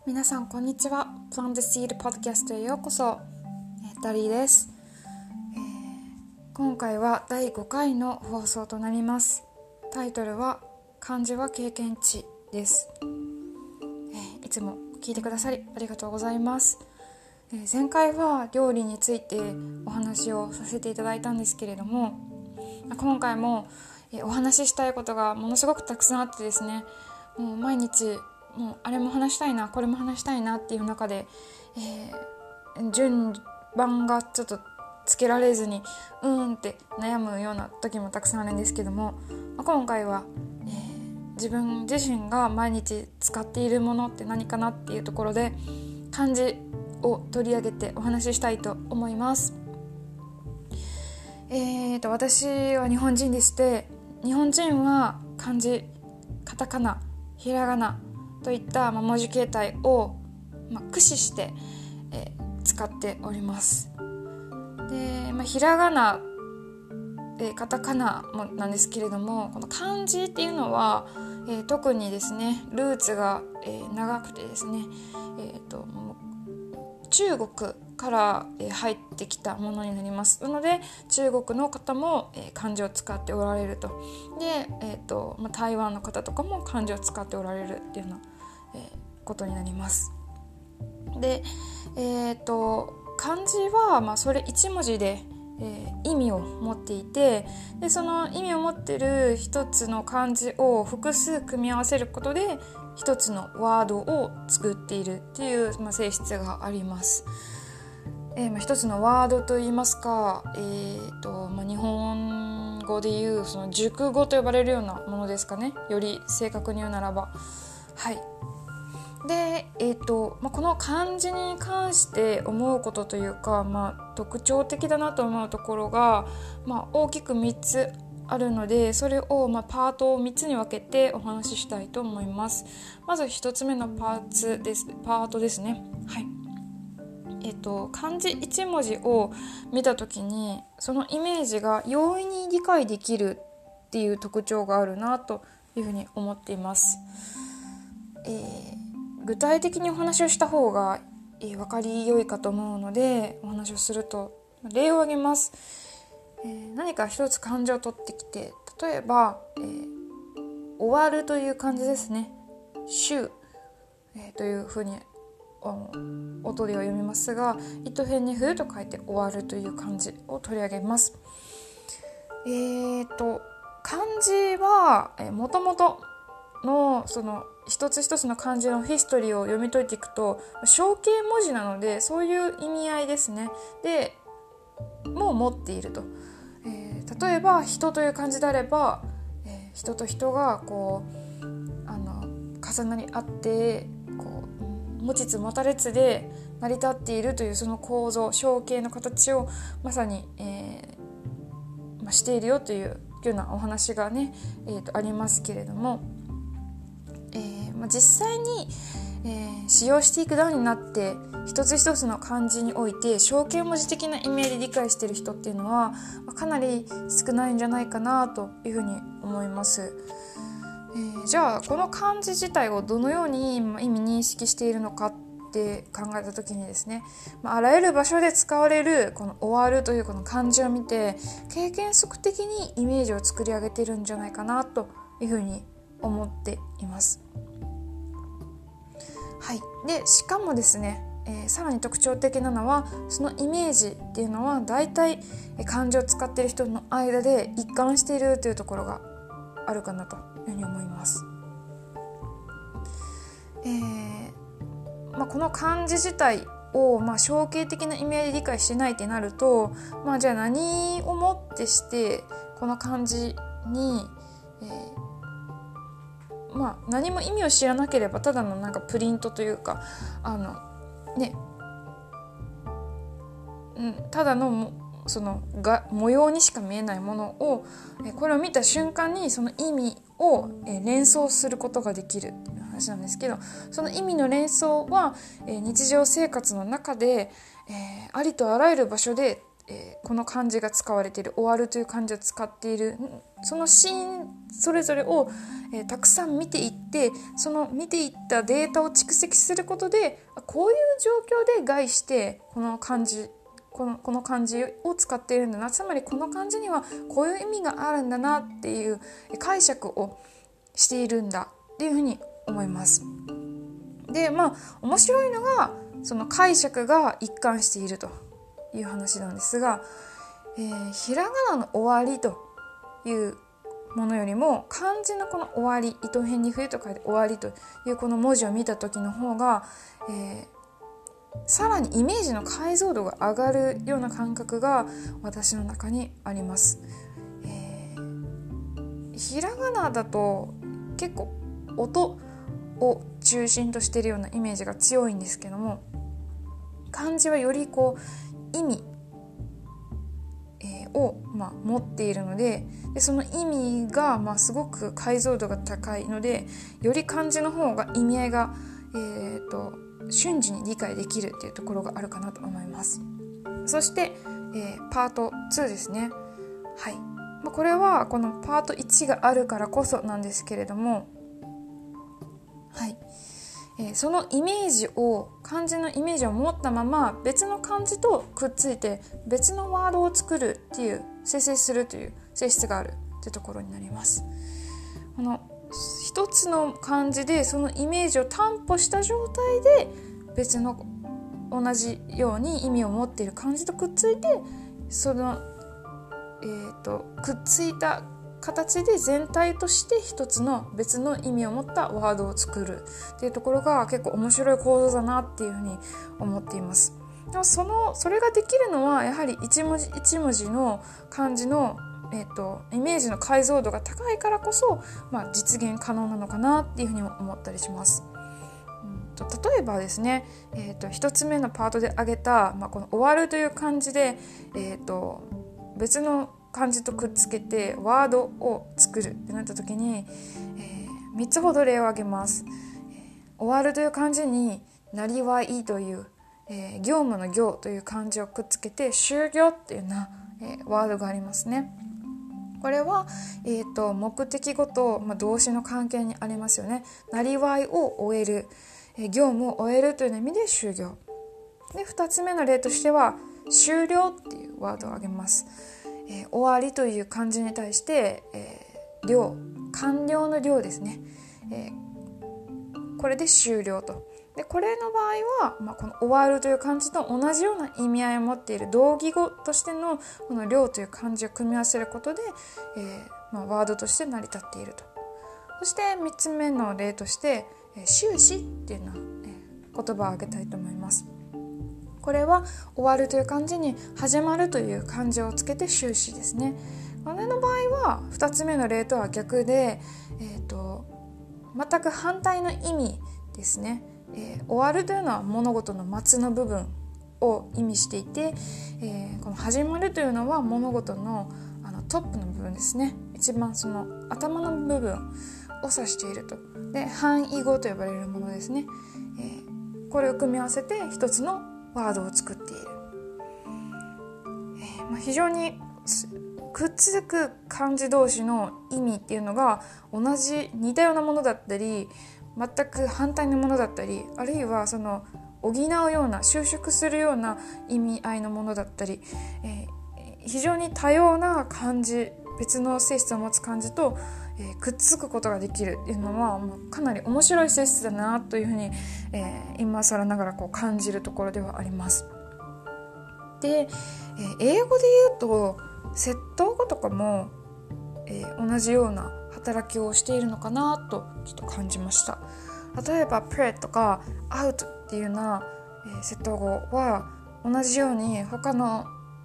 皆さんこんにちは。プラントシードポッドキャストへようこそ。ダリーです。今回は第5回の放送となります。タイトルは漢字は経験値です。いつも聞いてくださりありがとうございます。前回は料理についてお話をさせていただいたんですけれども、今回もお話ししたいことがものすごくたくさんあってですね、もう毎日もうあれも話したいなこれも話したいなっていう中で、順番がちょっとつけられずにって悩むような時もたくさんあるんですけども、今回は、自分自身が毎日使っているものって何かなっていうところで漢字を取り上げてお話ししたいと思います。私は日本人でして、日本人は漢字、カタカナ、ひらがなといった文字形態を駆使して、使っております。で、ひらがな、カタカナもなんですけれども、この漢字っていうのは、特にですねルーツが、長くてですね、中国から、入ってきたものになります。なので中国の方も、漢字を使っておられると。で、台湾の方とかも漢字を使っておられるっていうような、ことになります。で、漢字は、それ一文字で、意味を持っていて、でその意味を持っている一つの漢字を複数組み合わせることで一つのワードを作っているっていう、性質があります。一つのワードといいますか、日本語でいうその熟語と呼ばれるようなものですかね。より正確に言うならば、はい。で、この漢字に関して思うことというか、特徴的だなと思うところが、大きく3つあるので、それを、パートを3つに分けてお話ししたいと思います。まず1つ目のパートですね。はい。漢字1文字を見たときにそのイメージが容易に理解できるっていう特徴があるなというふうに思っています。具体的にお話をした方が、分かりよいかと思うのでお話をすると例を挙げます。何か一つ漢字を取ってきて、例えば、終わるという漢字ですね。終、というふうに音では読みますが、糸辺に冬と書いて終わるという漢字を取り上げます。漢字はもともとのその一つ一つの漢字のヒストリーを読み解いていくと象形文字なので、そういう意味合いですねでもう持っていると。例えば人という漢字であれば、人と人がこう重なり合って持ちつ持たれつで成り立っているというその構造、象形の形をまさに、しているよというようなお話がね、ありますけれども、実際に、使用していく段になって一つ一つの漢字において象形文字的な意味合いで理解している人っていうのは、かなり少ないんじゃないかなというふうに思います。じゃあこの漢字自体をどのように意味認識しているのかって考えた時にですね、あらゆる場所で使われるこの終わるというこの漢字を見て経験則的にイメージを作り上げているんじゃないかなというふうに思っています。はい。でしかもですね、さらに特徴的なのはそのイメージっていうのはだいたい漢字を使っている人の間で一貫しているというところがあるかなというふうに思います。この漢字自体を、象形的な意味合いで理解してないってなると、じゃあ何をもってしてこの漢字に、何も意味を知らなければただのプリントというかただのその模様にしか見えないものを、これを見た瞬間にその意味を、連想することができるっていう話なんですけど、その意味の連想は、日常生活の中で、ありとあらゆる場所でこの漢字が使われている、終わるという漢字を使っているそのシーンそれぞれを、たくさん見ていって、その見ていったデータを蓄積することで、こういう状況で概してこの漢字を使っているんだな、つまりこの漢字にはこういう意味があるんだなっていう解釈をしているんだっていうふうに思います。で、面白いのがその解釈が一貫しているという話なんですが、ひらがなの終わりというものよりも漢字のこの終わり、糸辺に冬と書いて終わりというこの文字を見た時の方が、さらにイメージの解像度が上がるような感覚が私の中にあります。ひらがなだと結構音を中心としているようなイメージが強いんですけども、漢字はより意味、を、持っているので、その意味が、すごく解像度が高いので、より漢字の方が意味合いが、瞬時に理解できるっていうところがあるかなと思います。そして、パート2ですね。はい。これはこのパート1があるからこそなんですけれども、はい。そのイメージを、漢字のイメージを持ったまま別の漢字とくっついて別のワードを作るっていう、生成するという性質があるというところになります。この一つの漢字でそのイメージを担保した状態で別の同じように意味を持っている漢字とくっついて、その、くっついた形で全体として一つの別の意味を持ったワードを作るっていうところが結構面白い構造だなっていうふうに思っています。それができるのはやはり一文字一文字の漢字の、イメージの解像度が高いからこそ、実現可能なのかなっていうふうにも思ったりします。例えばですね、一つ目のパートで挙げた、この終わるという漢字で、別の漢字とくっつけてワードを作るってなった時に、3つほど例を挙げます。終わるという漢字になりわいという、業務の業という漢字をくっつけて就業っていうような、ワードがありますね。これは、目的語と、動詞の関係にありますよね。なりわいを終える、業務を終えるという意味で就業で、2つ目の例としては終了っていうワードを挙げます。終わりという漢字に対して、了、完了の了ですね、これで終了と。でこれの場合は、この終わるという漢字と同じような意味合いを持っている同義語としてのこの了という漢字を組み合わせることで、ワードとして成り立っていると。そして3つ目の例として終始っていうのを、言葉を挙げたいと思います。これは終わるという漢字に始まるという漢字をつけて終始ですね。これの場合は2つ目の例とは逆で、全く反対の意味ですね。終わるというのは物事の末の部分を意味していて、この始まるというのは物事の、トップの部分ですね。一番その頭の部分を指していると。で反義語と呼ばれるものですね。これを組み合わせて一つのワードを作っている。非常にくっつく漢字同士の意味っていうのが同じ似たようなものだったり、全く反対のものだったり、あるいはその補うような修飾するような意味合いのものだったり、非常に多様な漢字、別の性質を持つ漢字と、くっつくことができるっていうのはかなり面白い性質だなというふうに、今更ながら感じるところではあります。で、英語で言うと接頭語とかも、同じような働きをしているのかなとちょっと感じました。例えば pray とか out っていうような、接頭語は同じように他の、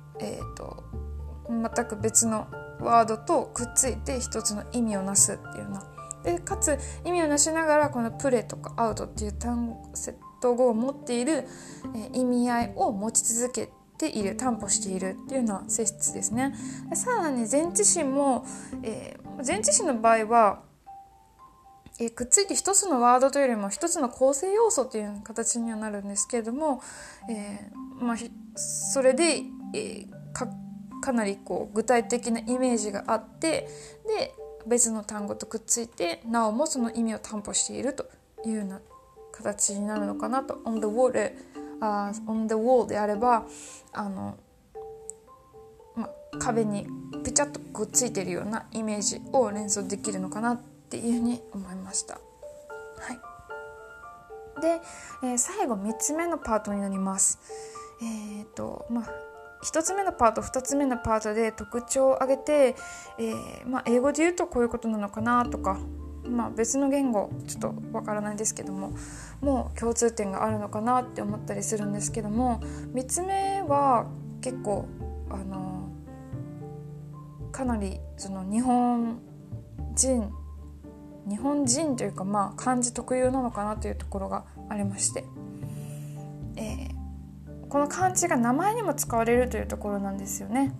全く別のワードとくっついて一つの意味をなすっていうな。でかつ意味をなしながらこのプレとかアウトっていうセット語を持っている、意味合いを持ち続けている、担保しているっていうような性質ですね。でさらに前置詞も、前置詞の場合は、くっついて一つのワードというよりも一つの構成要素という形にはなるんですけれども、それで、 かなり具体的なイメージがあって、で別の単語とくっついてなおもその意味を担保しているというような形になるのかなと。 on the wall であれば壁にピチャッとくっついているようなイメージを連想できるのかなっていうふうに思いました。で、最後3つ目のパートになります。1つ目のパート2つ目のパートで特徴を挙げて、英語で言うとこういうことなのかなとか、別の言語ちょっとわからないですけどももう共通点があるのかなって思ったりするんですけども、3つ目は結構かなりその日本人というか漢字特有なのかなというところがありまして、この漢字が名前にも使われるというところなんですよね。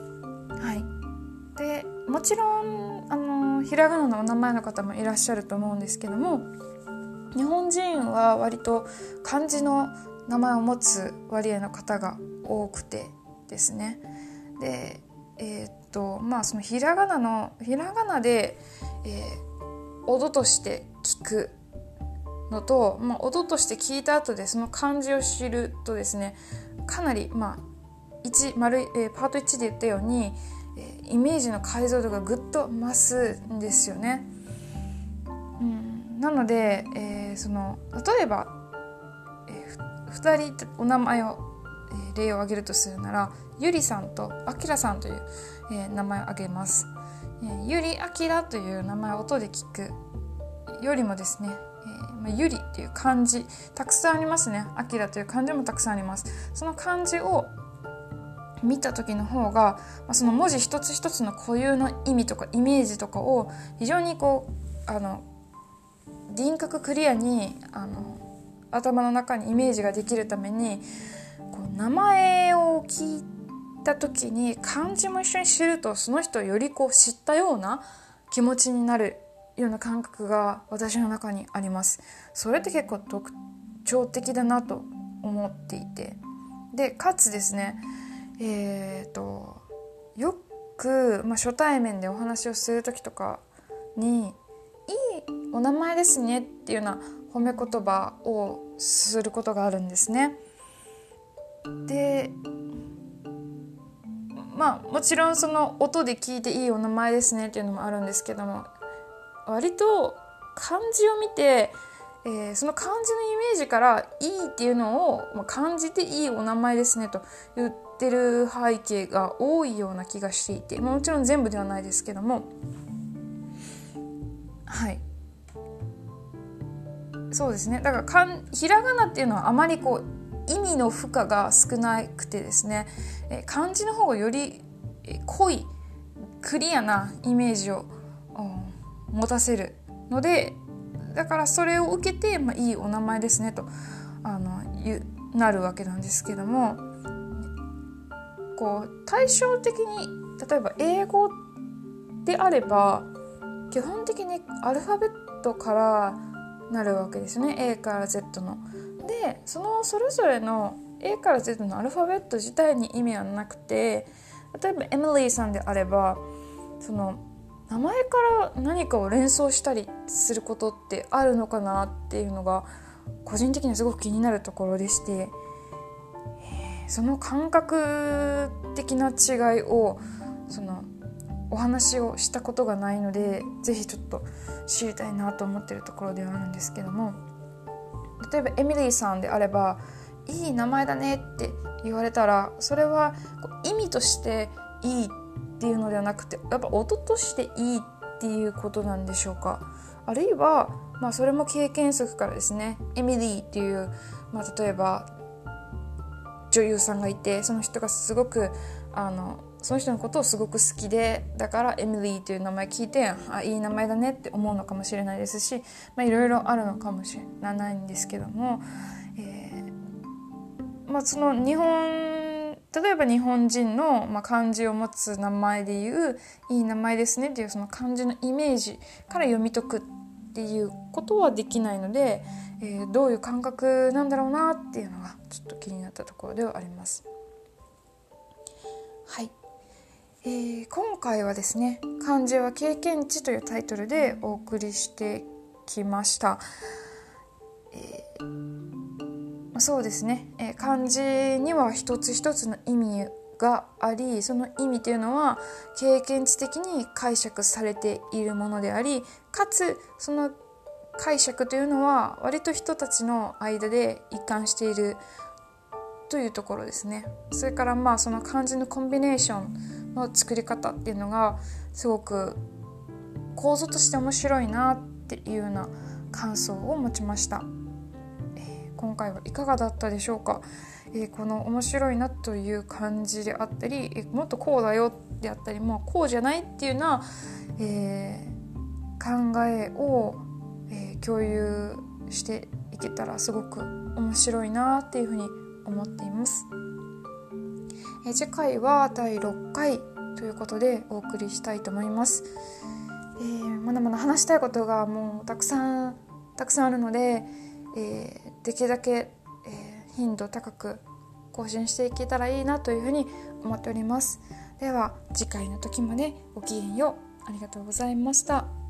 でもちろんひらがなのお名前の方もいらっしゃると思うんですけども、日本人は割と漢字の名前を持つ割合の方が多くてですね。でそのひらがなで、音として聞くのと、音として聞いた後でその漢字を知るとですね、かなりパート1で言ったように、イメージの解像度がぐっと増すんですよね。なので、例えば、2人お名前を、例を挙げるとするならゆりさんとあきらさんという、名前を挙げます。ゆりあきらという名前を音で聞くよりもですね、ゆりという漢字たくさんありますね。あきらという漢字もたくさんあります。その漢字を見た時の方が、その文字一つ一つの固有の意味とかイメージとかを非常に輪郭クリアに頭の中にイメージができるために、名前を聞いた時に漢字も一緒に知るとその人をより知ったような気持ちになるような感覚が私の中にあります。それって結構特徴的だなと思っていて、でかつですね、よく、初対面でお話をする時とかにいいお名前ですねっていうような褒め言葉をすることがあるんですね。でもちろんその音で聞いていいお名前ですねっていうのもあるんですけども、割と漢字を見て、その漢字のイメージからいいっていうのを感じていいお名前ですねと言ってる背景が多いような気がしていて、もちろん全部ではないですけども、そうですね。だからひらがなっていうのはあまり意味の負荷が少なくてですね、漢字の方がより濃いクリアなイメージを持たせるので、だからそれを受けて、いいお名前ですねとなるわけなんですけども、対照的に例えば英語であれば基本的にアルファベットからなるわけですね。 A から Z ので、それぞれの A から Z のアルファベット自体に意味はなくて、例えばエミリーさんであればその名前から何かを連想したりすることってあるのかなっていうのが個人的にはすごく気になるところでして、その感覚的な違いをお話をしたことがないので、ぜひちょっと知りたいなと思っているところではあるんですけども、例えばエミリーさんであればいい名前だねって言われたら、それは意味としていいっていうのではなくて、やっぱ音としていいっていうことなんでしょうか。あるいは、それも経験則からですね、エミリーっていう、例えば女優さんがいて、その人がすごくその人のことをすごく好きで、だからエミリーという名前聞いていい名前だねって思うのかもしれないですし、いろいろあるのかもしれないんですけども、その例えば日本人の、漢字を持つ名前でいういい名前ですねっていうその漢字のイメージから読み解くっていうことはできないので、どういう感覚なんだろうなっていうのがちょっと気になったところではあります。 はい、今回はですね、漢字は経験値というタイトルでお送りしてきました。そうですね、漢字には一つ一つの意味があり、その意味というのは経験値的に解釈されているものであり、かつその解釈というのは割と人たちの間で一貫しているというところですね。それからその漢字のコンビネーションの作り方っていうのがすごく構造として面白いなっていうような感想を持ちました。今回はいかがだったでしょうか。この面白いなという感じであったり、もっとこうだよであったり、こうじゃないっていうような、考えを、共有していけたらすごく面白いなっていうふうに思っています。次回は第6回ということでお送りしたいと思います。まだまだ話したいことがもうたくさんあるので、できるだけ、頻度高く更新していけたらいいなというふうに思っております。では次回の時までごきげんよう。ありがとうございました。